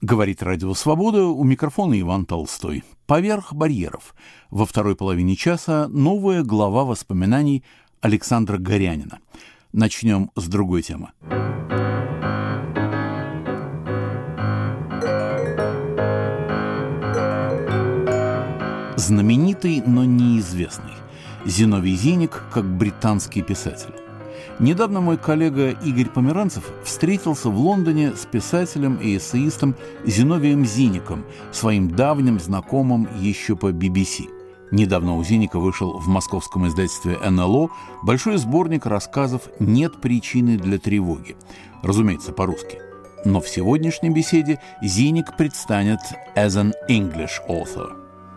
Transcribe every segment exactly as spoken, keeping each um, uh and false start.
Говорит Радио Свобода, у микрофона Иван Толстой. «Поверх барьеров». Во второй половине часа новая глава воспоминаний Александра Горянина. Начнем с другой темы. Знаменитый, но неизвестный. Зиновий Зиник как британский писатель. Недавно мой коллега Игорь Померанцев встретился в Лондоне с писателем и эссеистом Зиновием Зиником, своим давним знакомым еще по би би си. Недавно у Зиника вышел в московском издательстве эн эл о большой сборник рассказов «Нет причины для тревоги». Разумеется, по-русски. Но в сегодняшней беседе Зиник предстанет as an English author.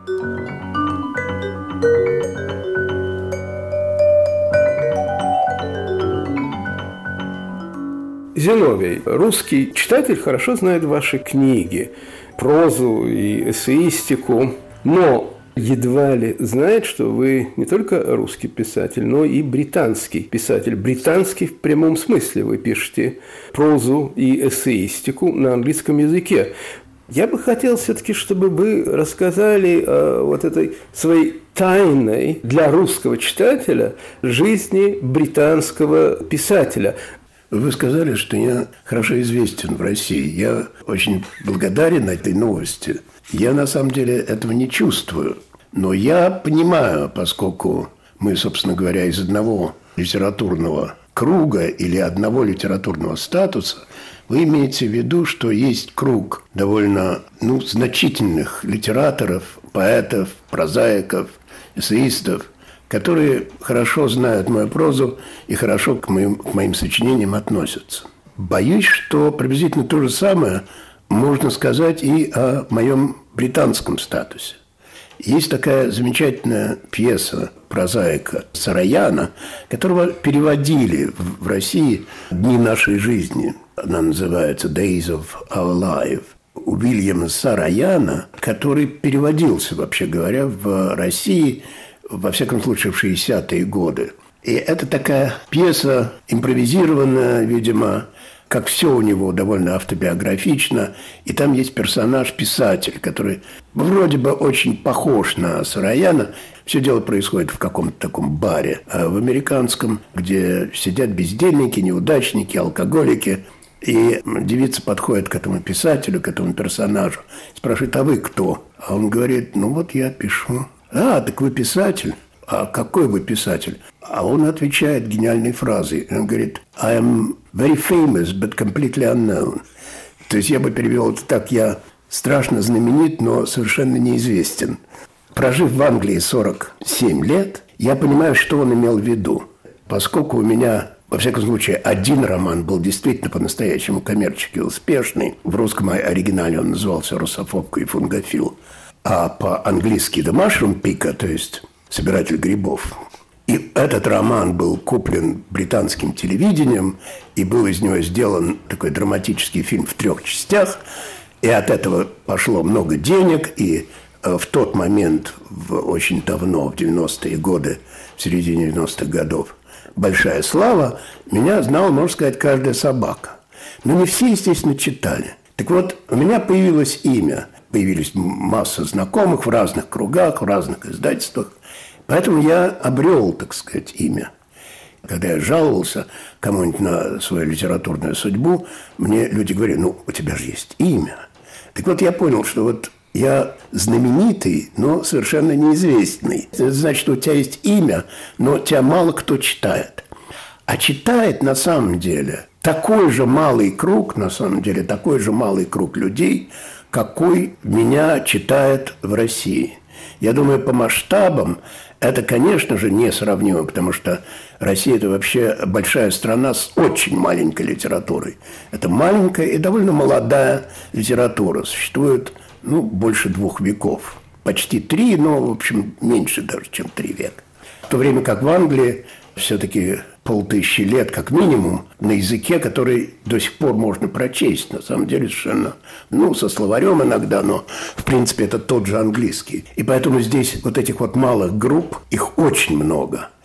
Зиновий, русский читатель хорошо знает ваши книги, прозу и эссеистику, но едва ли знает, что вы не только русский писатель, но и британский писатель. Британский в прямом смысле. Вы пишете прозу и эссеистику на английском языке. Я бы хотел все-таки, чтобы вы рассказали о вот этой своей тайной для русского читателя жизни британского писателя. Вы сказали, что я хорошо известен в России. Я очень благодарен этой новости. Я на самом деле этого не чувствую. Но я понимаю, поскольку мы, собственно говоря, из одного литературного круга или одного литературного статуса, вы имеете в виду, что есть круг довольно ну, значительных литераторов, поэтов, прозаиков, эссеистов, которые хорошо знают мою прозу и хорошо к моим, к моим сочинениям относятся. Боюсь, что приблизительно то же самое можно сказать и о моем британском статусе. Есть такая замечательная пьеса прозаика Сараяна, которого переводили в России «Дни нашей жизни». Она называется «Days of Our Life». У Уильяма Сараяна, который переводился, вообще говоря, в России во всяком случае, в шестидесятые годы. И это такая пьеса импровизированная, видимо, как все у него довольно автобиографично. И там есть персонаж-писатель, который вроде бы очень похож на Сараяна. Все дело происходит в каком-то таком баре в американском, где сидят бездельники, неудачники, алкоголики. И девица подходит к этому писателю, к этому персонажу, спрашивает: «А вы кто?» А он говорит: «Ну вот я пишу». «А, так вы писатель? А какой вы писатель?» А он отвечает гениальной фразой. Он говорит: «I am very famous, but completely unknown». То есть я бы перевел это так: я страшно знаменит, но совершенно неизвестен. Прожив в Англии сорок семь лет, я понимаю, что он имел в виду. Поскольку у меня, во всяком случае, один роман был действительно по-настоящему коммерчески успешный, в русском оригинале он назывался «Русофобка и фунгофил», а по-английски «The Mushroom Picker», то есть «Собиратель грибов». И этот роман был куплен британским телевидением, и был из него сделан такой драматический фильм в трех частях, и от этого пошло много денег, и в тот момент, в, очень давно, в девяностые годы, в середине девяностых годов, большая слава, меня знала, можно сказать, каждая собака. Но не все, естественно, читали. Так вот, у меня появилось имя. Появились масса знакомых в разных кругах, в разных издательствах. Поэтому я обрел, так сказать, имя. Когда я жаловался кому-нибудь на свою литературную судьбу, мне люди говорили: «Ну, у тебя же есть имя». Так вот, я понял, что вот я знаменитый, но совершенно неизвестный. Это значит, что у тебя есть имя, но тебя мало кто читает. А читает на самом деле такой же малый круг, на самом деле такой же малый круг людей, какой меня читает в России. Я думаю, по масштабам это, конечно же, несравнимо, потому что Россия – это вообще большая страна с очень маленькой литературой. Это маленькая и довольно молодая литература. Существует, ну, больше двух веков. Почти три, но, в общем, меньше даже, чем три века. В то время как в Англии все-таки полтысячи лет, как минимум, на языке, который до сих пор можно прочесть. На самом деле совершенно, ну, со словарем иногда, но, в принципе, это тот же английский. И поэтому здесь вот этих вот малых групп, их очень много.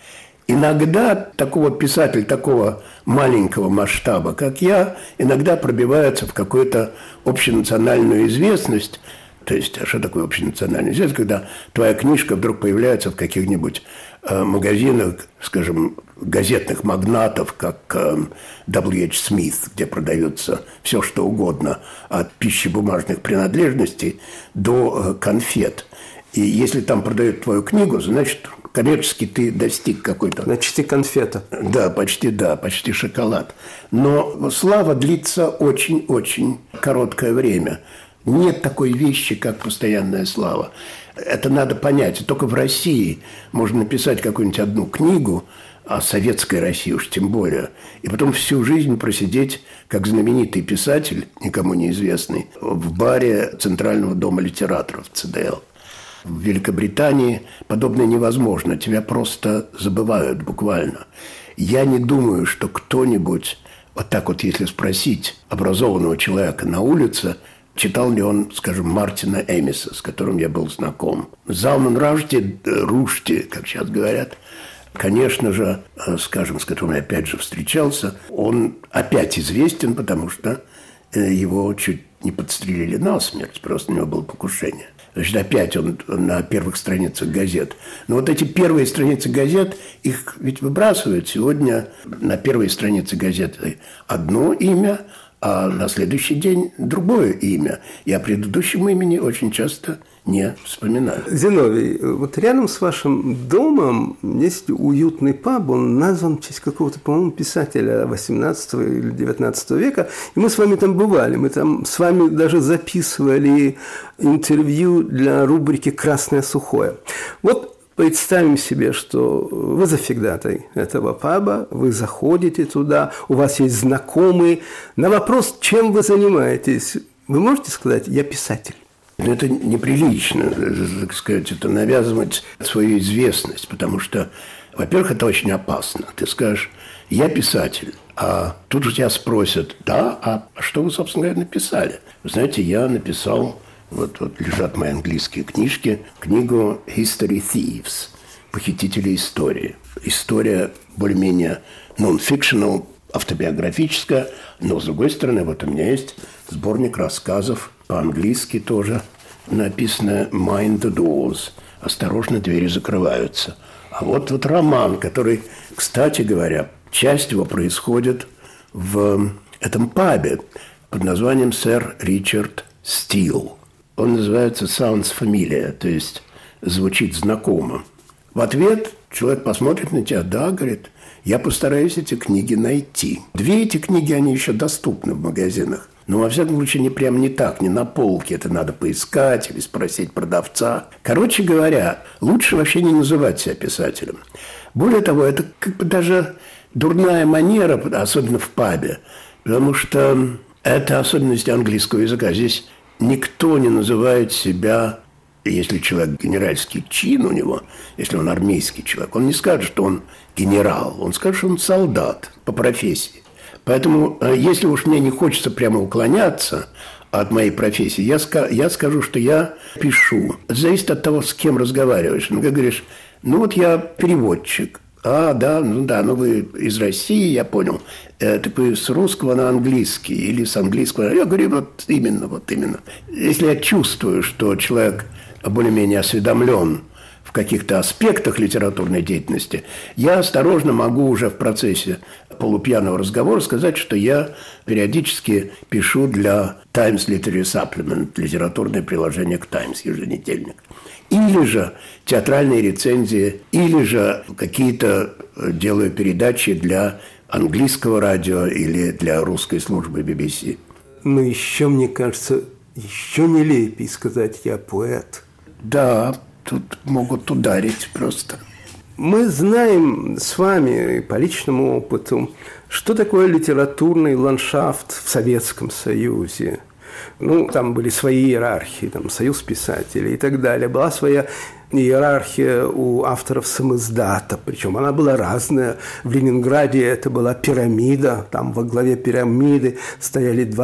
Иногда такого писателя, такого маленького масштаба, как я, иногда пробивается в какую-то общенациональную известность. То есть, а что такое общенациональная известность? Когда твоя книжка вдруг появляется в каких-нибудь э, магазинах, скажем, газетных магнатов, как э, дабл ю эйч Smith, где продается все, что угодно, от пищебумажных принадлежностей до э, конфет. И если там продают твою книгу, значит, коммерчески ты достиг какой-то... Почти конфета. Да, почти, да, почти шоколад. Но слава длится очень-очень короткое время. Нет такой вещи, как постоянная слава. Это надо понять. Только в России можно написать какую-нибудь одну книгу, о советской России уж тем более, и потом всю жизнь просидеть, как знаменитый писатель, никому неизвестный, в баре Центрального дома литераторов цэ дэ эл. В Великобритании подобное невозможно. Тебя просто забывают буквально. Я не думаю, что кто-нибудь, вот так вот если спросить образованного человека на улице, читал ли он, скажем, Мартина Эмиса, с которым я был знаком. Залман Рашди, Рушди, как сейчас говорят, конечно же, скажем, с которым я опять же встречался, он опять известен, потому что его чуть не подстрелили насмерть, просто у него было покушение. Значит, опять он на первых страницах газет. Но вот эти первые страницы газет, их ведь выбрасывают. Сегодня на первые страницы газеты одно имя, а на следующий день другое имя. И о предыдущем имени очень часто не вспоминаю. Зиновий, вот рядом с вашим домом есть уютный паб, он назван в честь какого-то, по-моему, писателя восемнадцатого или девятнадцатого века, и мы с вами там бывали, мы там с вами даже записывали интервью для рубрики «Красное сухое». Вот представим себе, что вы завсегдатай этого паба, вы заходите туда, у вас есть знакомые. На вопрос, чем вы занимаетесь, вы можете сказать: «Я писатель»? Это неприлично, так сказать, это навязывать свою известность, потому что, во-первых, это очень опасно. Ты скажешь: «Я писатель», а тут же тебя спросят: «Да, а что вы, собственно говоря, написали?» Вы знаете, я написал, вот, вот лежат мои английские книжки, книгу «History Thieves», «Похитители истории». История более-менее non-fictional, автобиографическая, но, с другой стороны, вот у меня есть сборник рассказов, по-английски тоже написано «Mind the Doors», «Осторожно, двери закрываются». А вот, вот роман, который, кстати говоря, часть его происходит в этом пабе под названием «Сэр Ричард Стил». Он называется «Sounds Familiar», то есть звучит знакомо. В ответ человек посмотрит на тебя: «Да, — говорит, — я постараюсь эти книги найти». Две эти книги, они еще доступны в магазинах. Но, во всяком случае, не прям не так, не на полке. Это надо поискать или спросить продавца. Короче говоря, лучше вообще не называть себя писателем. Более того, это как бы даже дурная манера, особенно в пабе. Потому что это особенность английского языка. Здесь никто не называет себя, если человек генеральский чин у него, если он армейский человек, он не скажет, что он генерал. Он скажет, что он солдат по профессии. Поэтому, если уж мне не хочется прямо уклоняться от моей профессии, я, ска- я скажу, что я пишу. Зависит от того, с кем разговариваешь. Ну, как говоришь, ну вот я переводчик. А, да, ну да, ну вы из России, я понял. Э, так вы с русского на английский или с английского. Я говорю, вот именно, вот именно. Если я чувствую, что человек более-менее осведомлен в каких-то аспектах литературной деятельности, я осторожно могу уже в процессе полупьяного разговора сказать, что я периодически пишу для Times Literary Supplement, литературное приложение к Times, еженедельник. Или же театральные рецензии, или же какие-то делаю передачи для английского радио или для русской службы би би си. Но еще, мне кажется, еще нелепее сказать: «Я поэт». Да, тут могут ударить просто. Мы знаем с вами по личному опыту, что такое литературный ландшафт в Советском Союзе. Ну, там были свои иерархии, там, Союз писателей и так далее. Была своя иерархия у авторов самиздата, причем она была разная. В Ленинграде это была пирамида, там во главе пирамиды стояли два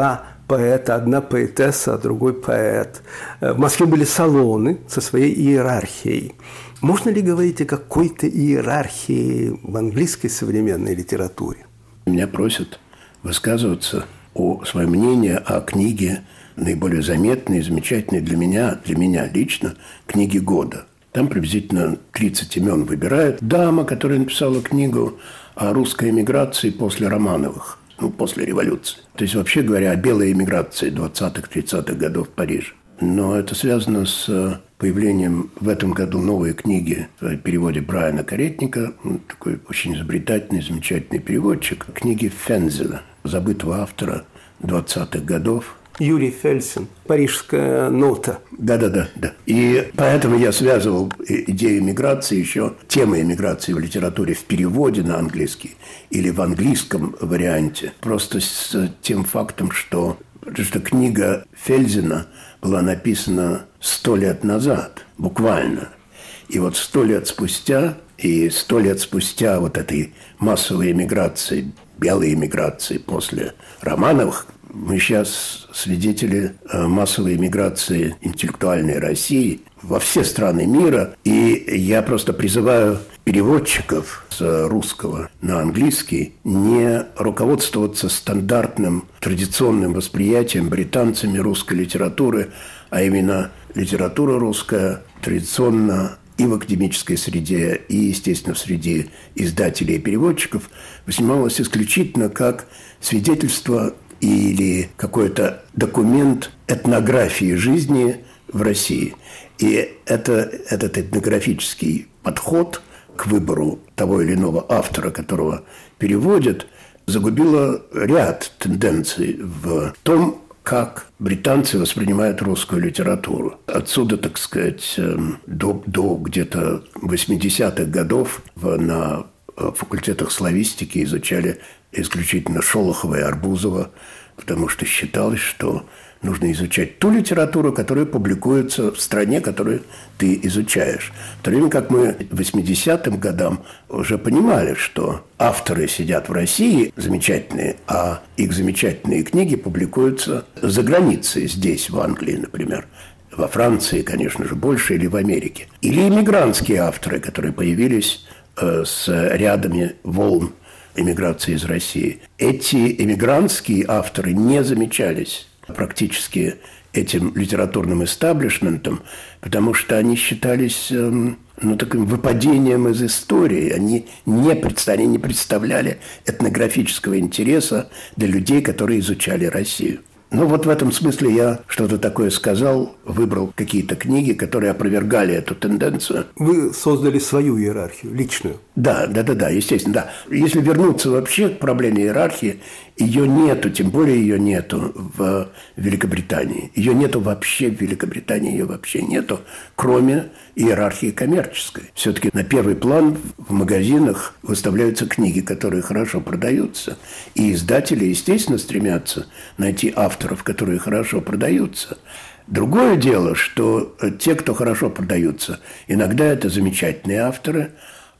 поэта, одна поэтесса, а другой поэт. В Москве были салоны со своей иерархией. Можно ли говорить о какой-то иерархии в английской современной литературе? Меня просят высказываться о своем мнении о книге наиболее заметной, замечательной для меня, для меня лично, книги года. Там приблизительно тридцать имен выбирает дама, которая написала книгу о русской эмиграции после Романовых, ну, после революции. То есть, вообще говоря, о белой эмиграции двадцатых-тридцатых годов в Париже. Но это связано с появлением в этом году новой книги в переводе Брайана Каретника, такой очень изобретательный, замечательный переводчик, книги Фензеля, забытого автора двадцатых годов. Юрий Фельсин, «Парижская нота». Да-да-да. да. И поэтому я связывал идею миграции еще, темы эмиграции в литературе в переводе на английский или в английском варианте, просто с тем фактом, что, что книга Фельзина была написана сто лет назад, буквально. И вот сто лет спустя, и сто лет спустя вот этой массовой эмиграции, белой эмиграции после Романовых, мы сейчас свидетели массовой эмиграции интеллектуальной России во все страны мира. И я просто призываю переводчиков с русского на английский не руководствоваться стандартным традиционным восприятием британцами русской литературы, а именно литература русская традиционно и в академической среде, и, естественно, в среде издателей и переводчиков воспринималась исключительно как свидетельство или какой-то документ этнографии жизни в России. И это, этот этнографический подход к выбору того или иного автора, которого переводят, загубило ряд тенденций в том, как британцы воспринимают русскую литературу. Отсюда, так сказать, до, до где-то восьмидесятых годов на факультетах славистики изучали исключительно Шолохова и Арбузова, потому что считалось, что нужно изучать ту литературу, которая публикуется в стране, которую ты изучаешь. В то время как мы к восьмидесятым годам уже понимали, что авторы сидят в России замечательные, а их замечательные книги публикуются за границей, здесь, в Англии, например. Во Франции, конечно же, больше, или в Америке. Или иммигрантские авторы, которые появились э, с рядами волн эмиграции из России. Эти эмигрантские авторы не замечались практически этим литературным эстаблишментом, потому что они считались ну, таким выпадением из истории. Они не представляли, не представляли этнографического интереса для людей, которые изучали Россию. Ну вот в этом смысле я что-то такое сказал, выбрал какие-то книги, которые опровергали эту тенденцию. Вы создали свою иерархию, личную. Да, да, да, да, естественно, да. Если вернуться вообще к проблеме иерархии, ее нету, тем более ее нету в Великобритании. Ее нету вообще в Великобритании, ее вообще нету, кроме иерархии коммерческой. Все-таки на первый план в магазинах выставляются книги, которые хорошо продаются. И издатели, естественно, стремятся найти авторов, которые хорошо продаются. Другое дело, что те, кто хорошо продаются, иногда это замечательные авторы,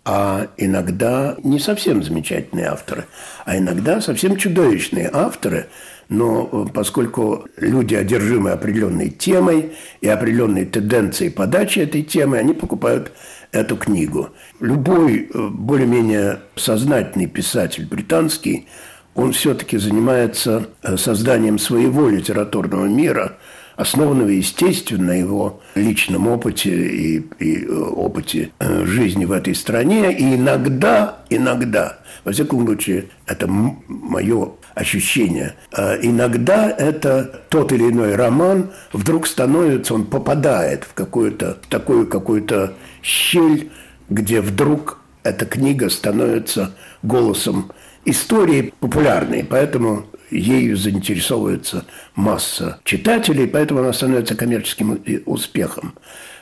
а иногда не совсем замечательные авторы, а иногда совсем чудовищные авторы. Но поскольку люди одержимы определенной темой и определенной тенденцией подачи этой темы, они покупают эту книгу. Любой более-менее сознательный писатель британский, он все-таки занимается созданием своего литературного мира, основанного, естественно, на его личном опыте и, и опыте жизни в этой стране. И иногда, иногда, во всяком случае, это мое ощущение, иногда это тот или иной роман вдруг становится, он попадает в какую-то в такую какую-то щель, где вдруг эта книга становится голосом истории популярной, поэтому ею заинтересовывается масса читателей, поэтому она становится коммерческим успехом.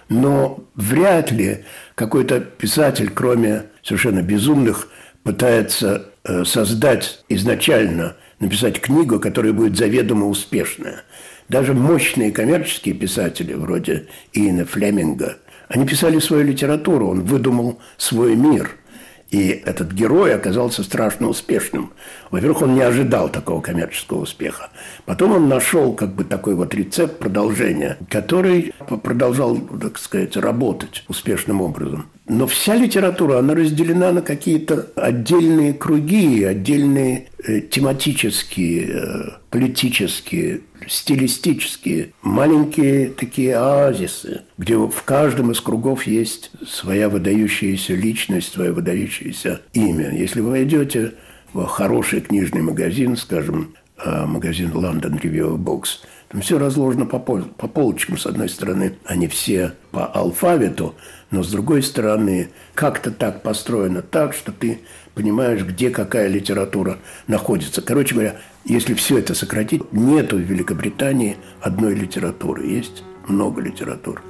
Но вряд ли какой-то писатель, кроме совершенно безумных, пытается создать изначально, написать книгу, которая будет заведомо успешная. Даже мощные коммерческие писатели, вроде Иэна Флеминга, они писали свою литературу, он выдумал свой мир. И этот герой оказался страшно успешным. Во-первых, он не ожидал такого коммерческого успеха. Потом он нашел как бы такой вот рецепт продолжения, который продолжал, так сказать, работать успешным образом. Но вся литература, она разделена на какие-то отдельные круги, отдельные э, тематические, э, политические, стилистические, маленькие такие оазисы, где в каждом из кругов есть своя выдающаяся личность, свое выдающееся имя. Если вы войдете в хороший книжный магазин, скажем, магазин London Review of Books, там все разложено по, пол, по полочкам. С одной стороны, они все по алфавиту, но с другой стороны, как-то так построено так, что ты понимаешь, где какая литература находится. Короче говоря, если все это сократить, нету в Великобритании одной литературы. Есть много литератур.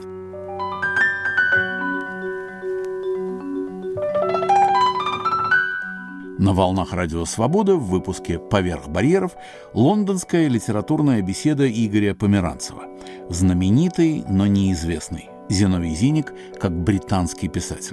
На волнах Радио Свобода в выпуске «Поверх барьеров» лондонская литературная беседа Игоря Померанцева. Знаменитый, но неизвестный. Зиновий Зиник как британский писатель.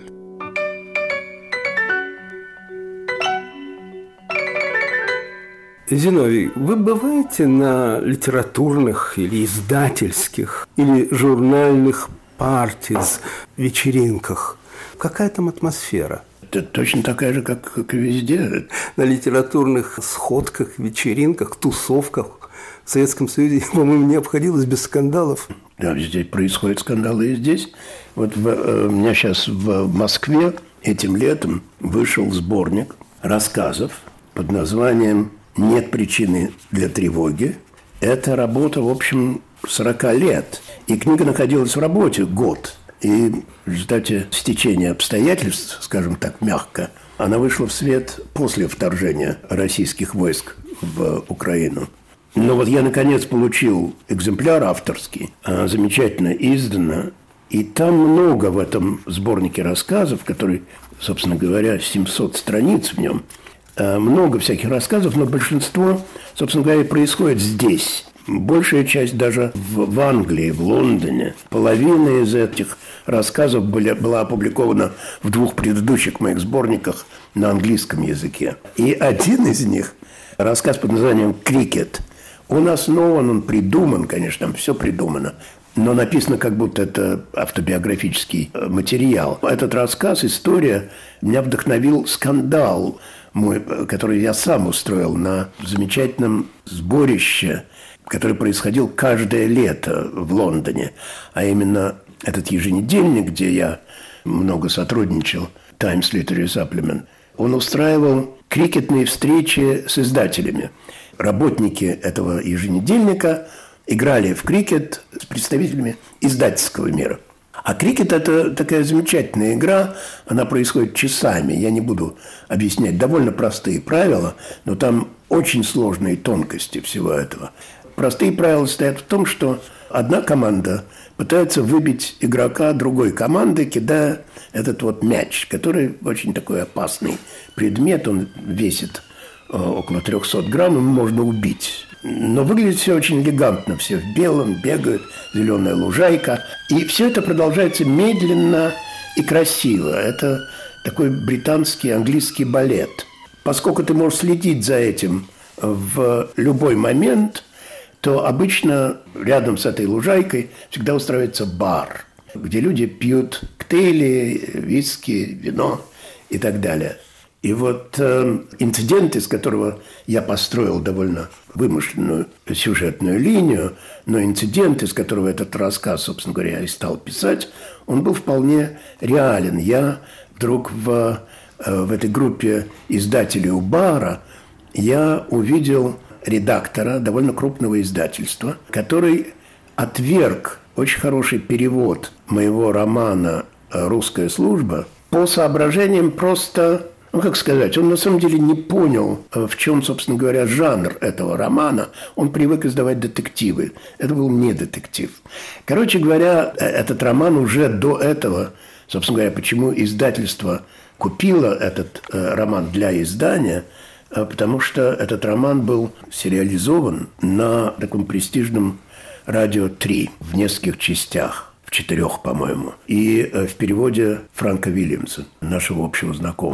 Зиновий, вы бываете на литературных или издательских, или журнальных партиз, вечеринках? Какая там атмосфера? Это точно такая же, как, как и везде. На литературных сходках, вечеринках, тусовках в Советском Союзе, по-моему, не обходилось без скандалов. Да, везде происходят скандалы и здесь. Вот в, э, у меня сейчас в Москве этим летом вышел сборник рассказов под названием «Нет причины для тревоги». Это работа, в общем, сорок лет. И книга находилась в работе год. И в результате стечения обстоятельств, скажем так, мягко, она вышла в свет после вторжения российских войск в Украину. Но вот я, наконец, получил экземпляр авторский, замечательно издано. И там много в этом сборнике рассказов, который, собственно говоря, семьсот страниц в нем. Много всяких рассказов, но большинство, собственно говоря, происходит здесь. Большая часть даже в, в Англии, в Лондоне. Половина из этих рассказов были, была опубликована в двух предыдущих моих сборниках на английском языке. И один из них, рассказ под названием «Крикет», он основан, он придуман, конечно, там все придумано, но написано, как будто это автобиографический материал. Этот рассказ, история, меня вдохновил скандал, мой, который я сам устроил на замечательном сборище, который происходил каждое лето в Лондоне. А именно этот еженедельник, где я много сотрудничал, Times Literary Supplement, он устраивал крикетные встречи с издателями. Работники этого еженедельника играли в крикет с представителями издательского мира. А крикет – это такая замечательная игра, она происходит часами. Я не буду объяснять довольно простые правила, но там очень сложные тонкости всего этого. Простые правила состоят в том, что одна команда пытается выбить игрока другой команды, кидая этот вот мяч, который очень такой опасный предмет, он весит э, около триста грамм, ему можно убить. Но выглядит все очень элегантно, все в белом, бегают, зеленая лужайка. И все это продолжается медленно и красиво. Это такой британский, английский балет. Поскольку ты можешь следить за этим в любой момент, то обычно рядом с этой лужайкой всегда устраивается бар, где люди пьют коктейли, виски, вино и так далее. И вот э, инцидент, из которого я построил довольно вымышленную сюжетную линию, но инцидент, из которого этот рассказ, собственно говоря, я и стал писать, он был вполне реален. Я вдруг в, э, в этой группе издателей у бара я увидел редактора довольно крупного издательства, который отверг очень хороший перевод моего романа «Русская служба» по соображениям просто, ну, как сказать, он на самом деле не понял, в чем, собственно говоря, жанр этого романа. Он привык издавать детективы. Это был не детектив. Короче говоря, этот роман уже до этого, собственно говоря, почему издательство купило этот роман для издания – потому что этот роман был сериализован на таком престижном «Радио три» в нескольких частях, в четырех, по-моему, и в переводе Франка Вильямса, нашего общего знакомого.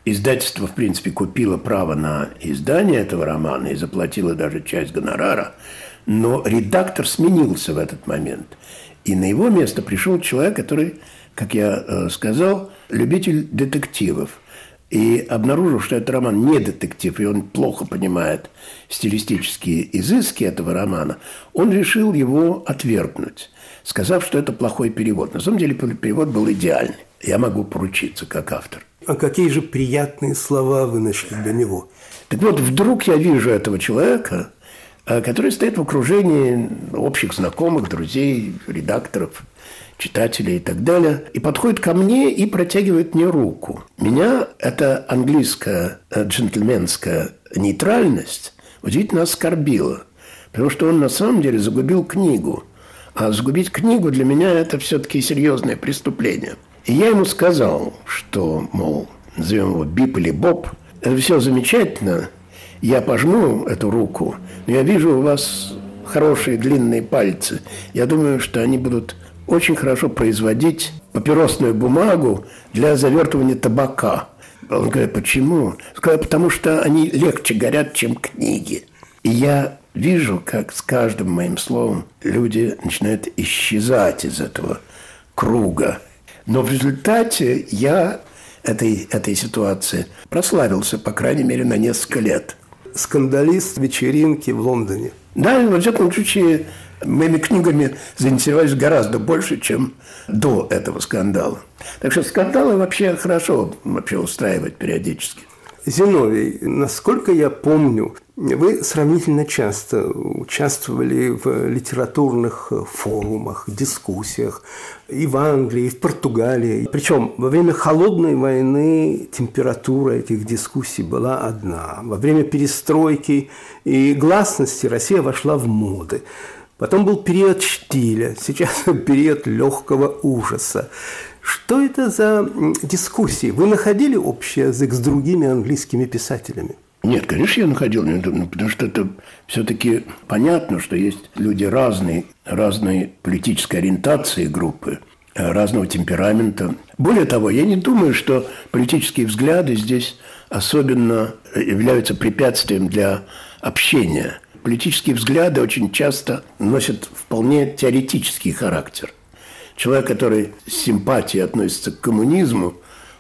издательство, в принципе, купило право на издание этого романа и заплатило даже часть гонорара, но редактор сменился в этот момент. И на его место пришел человек, который, как я сказал, любитель детективов. И обнаружив, что этот роман не детектив, и он плохо понимает стилистические изыски этого романа, он решил его отвергнуть, сказав, что это плохой перевод. На самом деле перевод был идеальный. Я могу поручиться как автор. А какие же приятные слова вы нашли для него? Так вот, вдруг я вижу этого человека, который стоит в окружении общих знакомых, друзей, редакторов, читателей и так далее, и подходит ко мне и протягивает мне руку. Меня эта английская джентльменская нейтральность удивительно оскорбила, потому что он на самом деле загубил книгу. А загубить книгу для меня – это все-таки серьезное преступление. И я ему сказал, что, мол, назовем его Бип или Боб, это все замечательно, я пожму эту руку, но я вижу у вас хорошие длинные пальцы. Я думаю, что они будут очень хорошо производить папиросную бумагу для завертывания табака. Он говорит, почему? Сказал, потому что они легче горят, чем книги. И я вижу, как с каждым моим словом люди начинают исчезать из этого круга. Но в результате я этой, этой ситуации прославился, по крайней мере, на несколько лет. Скандалист вечеринки в Лондоне. Да, во всяком случае, моими книгами заинтересовались гораздо больше, чем до этого скандала. Так что скандалы вообще хорошо вообще устраивать периодически. Зиновий, насколько я помню, вы сравнительно часто участвовали в литературных форумах, дискуссиях и в Англии, и в Португалии. Причем во время холодной войны температура этих дискуссий была одна. Во время перестройки и гласности Россия вошла в моды. Потом был период штиля, сейчас период легкого ужаса. Что это за дискуссии? Вы находили общий язык с другими английскими писателями? Нет, конечно, я находил, потому что это все-таки понятно, что есть люди разной, разной политической ориентации группы, разного темперамента. Более того, я не думаю, что политические взгляды здесь особенно являются препятствием для общения. Политические взгляды очень часто носят вполне теоретический характер. Человек, который с симпатией относится к коммунизму,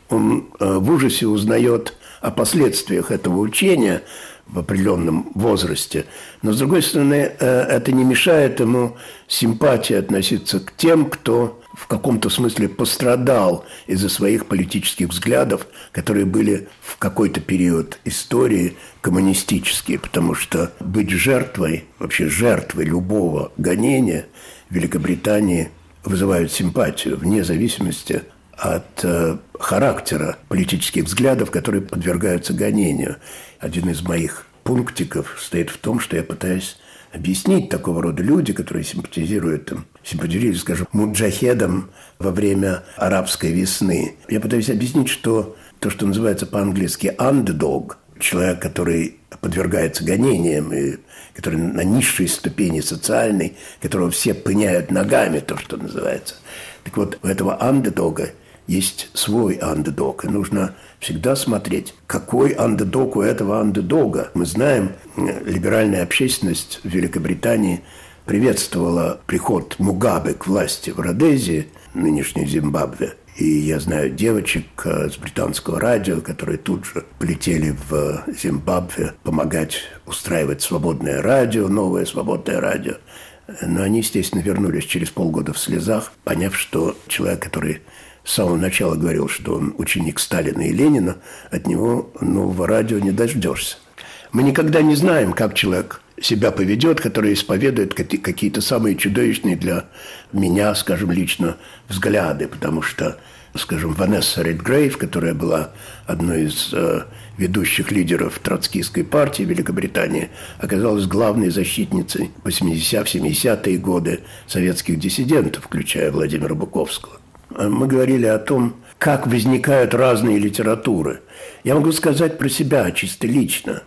он в ужасе узнает о последствиях этого учения в определенном возрасте. Но, с другой стороны, это не мешает ему симпатии относиться к тем, кто в каком-то смысле пострадал из-за своих политических взглядов, которые были в какой-то период истории коммунистические, потому что быть жертвой, вообще жертвой любого гонения в Великобритании вызывают симпатию вне зависимости от э, характера политических взглядов, которые подвергаются гонению. Один из моих пунктиков состоит в том, что я пытаюсь объяснить такого рода люди, которые симпатизируют, там, симпатизируют, скажем, муджахедам во время арабской весны. Я пытаюсь объяснить, что то, что называется по-английски underdog, человек, который подвергается гонениям, и который на низшей ступени социальной, которого все пыняют ногами, то, что называется. Так вот, у этого андердога есть свой андердог, и нужно всегда смотреть, какой андердог у этого андердога. Мы знаем, либеральная общественность в Великобритании приветствовала приход Мугабе к власти в Родезии, нынешней Зимбабве. И я знаю девочек с британского радио, которые тут же полетели в Зимбабве помогать устраивать свободное радио, новое свободное радио. Но они, естественно, вернулись через полгода в слезах, поняв, что человек, который с самого начала говорил, что он ученик Сталина и Ленина, от него нового радио не дождешься. Мы никогда не знаем, как человек себя поведет, который исповедует какие-то самые чудовищные для меня, скажем, лично взгляды, потому что, скажем, Ванесса Редгрейв, которая была одной из э, ведущих лидеров троцкистской партии Великобритании, оказалась главной защитницей в семидесятые годы советских диссидентов, включая Владимира Буковского. Мы говорили о том, как возникают разные литературы. Я могу сказать про себя чисто лично,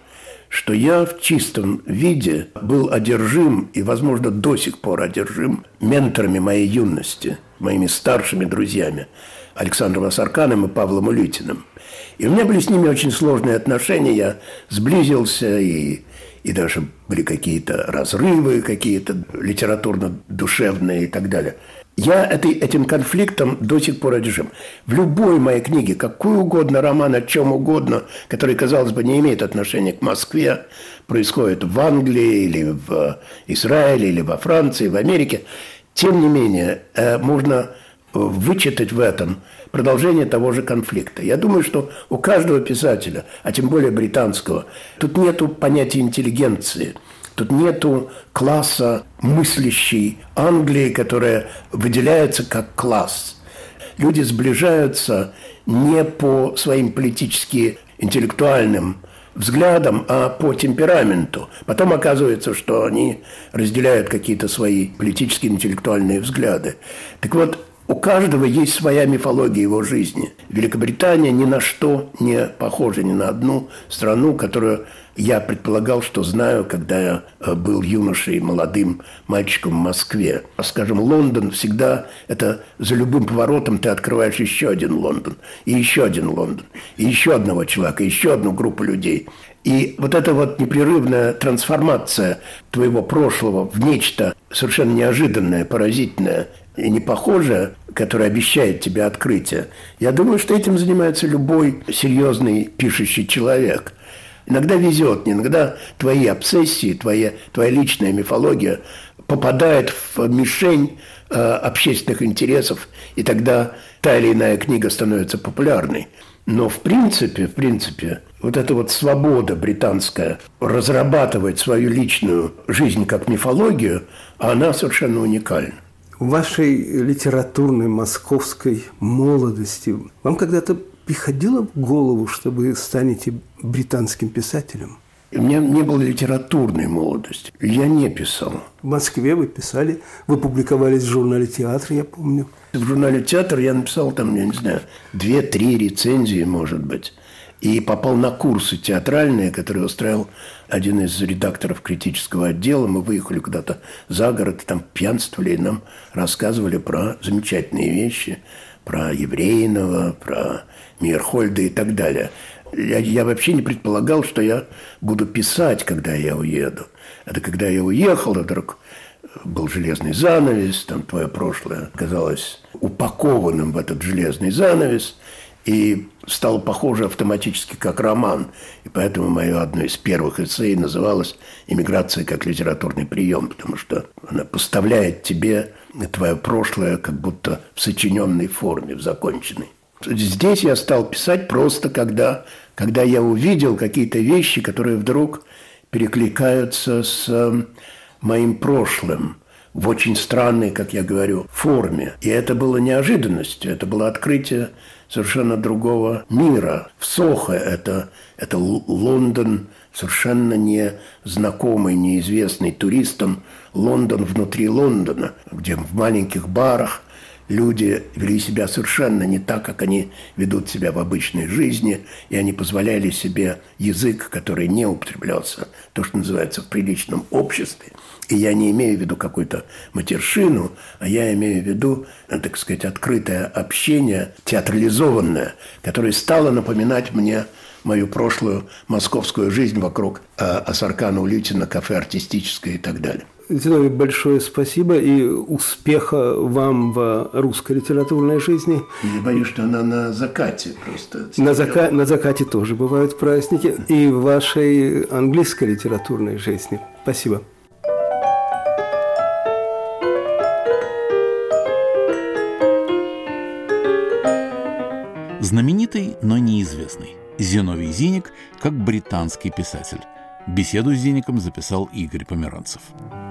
что я в чистом виде был одержим и, возможно, до сих пор одержим менторами моей юности, моими старшими друзьями Александром Асарканом и Павлом Улитиным. И у меня были с ними очень сложные отношения, я сблизился, и, и даже были какие-то разрывы, какие-то литературно-душевные и так далее. Я этой, этим конфликтом до сих пор одержим. В любой моей книге, какой угодно роман, о чем угодно, который, казалось бы, не имеет отношения к Москве, происходит в Англии или в Израиле, или во Франции, в Америке, тем не менее, можно вычитать в этом продолжение того же конфликта. Я думаю, что у каждого писателя, а тем более британского, тут нету понятия интеллигенции. Тут нету класса мыслящей Англии, которая выделяется как класс. Люди сближаются не по своим политически интеллектуальным взглядам, а по темпераменту. Потом оказывается, что они разделяют какие-то свои политические интеллектуальные взгляды. Так вот, у каждого есть своя мифология его жизни. Великобритания ни на что не похожа, ни на одну страну, которую я предполагал, что знаю, когда я был юношей, молодым мальчиком в Москве. Скажем, Лондон всегда, это за любым поворотом ты открываешь еще один Лондон, и еще один Лондон, и еще одного человека, и еще одну группу людей. И вот эта вот непрерывная трансформация твоего прошлого в нечто совершенно неожиданное, поразительное и непохожее, которое обещает тебе открытие, я думаю, что этим занимается любой серьезный пишущий человек. Иногда везет, иногда твои обсессии, твоя, твоя личная мифология попадает в мишень э, общественных интересов, и тогда та или иная книга становится популярной. Но в принципе, в принципе, вот эта вот свобода британская разрабатывать свою личную жизнь как мифологию, она совершенно уникальна. В вашей литературной московской молодости вам когда-то приходило в голову, что вы станете британским писателем? У меня не было литературной молодости. Я не писал. В Москве вы писали, вы публиковались в журнале «Театр», я помню. В журнале «Театр» я написал там, я не знаю, две-три рецензии, может быть. И попал на курсы театральные, которые устраивал один из редакторов критического отдела. Мы выехали куда-то за город, там пьянствовали, и нам рассказывали про замечательные вещи, про Еврейного, про Мейерхольда и так далее. Я, я вообще не предполагал, что я буду писать, когда я уеду. Это когда я уехал, вдруг был железный занавес, там твое прошлое оказалось упакованным в этот железный занавес, и стало похоже автоматически как роман. И поэтому мое одно из первых эссе называлось «Эмиграция как литературный прием», потому что она поставляет тебе твое прошлое как будто в сочиненной форме, в законченной. Здесь я стал писать просто, когда, когда я увидел какие-то вещи, которые вдруг перекликаются с моим прошлым в очень странной, как я говорю, форме. И это было неожиданностью, это было открытие совершенно другого мира. В Сохо это, это Лондон, совершенно незнакомый, неизвестный туристам Лондон внутри Лондона, где в маленьких барах люди вели себя совершенно не так, как они ведут себя в обычной жизни, и они позволяли себе язык, который не употреблялся, то, что называется, в приличном обществе. И я не имею в виду какую-то матершину, а я имею в виду, так сказать, открытое общение, театрализованное, которое стало напоминать мне мою прошлую московскую жизнь вокруг Асаркана, Улитина, кафе артистическое и так далее. Зиновий, большое спасибо и успеха вам в русской литературной жизни. Я боюсь, что она на закате просто. На, зака... на закате тоже бывают праздники. И в вашей английской литературной жизни. Спасибо. Знаменитый, но неизвестный. Зиновий Зиник как британский писатель. Беседу с Зиником записал Игорь Померанцев.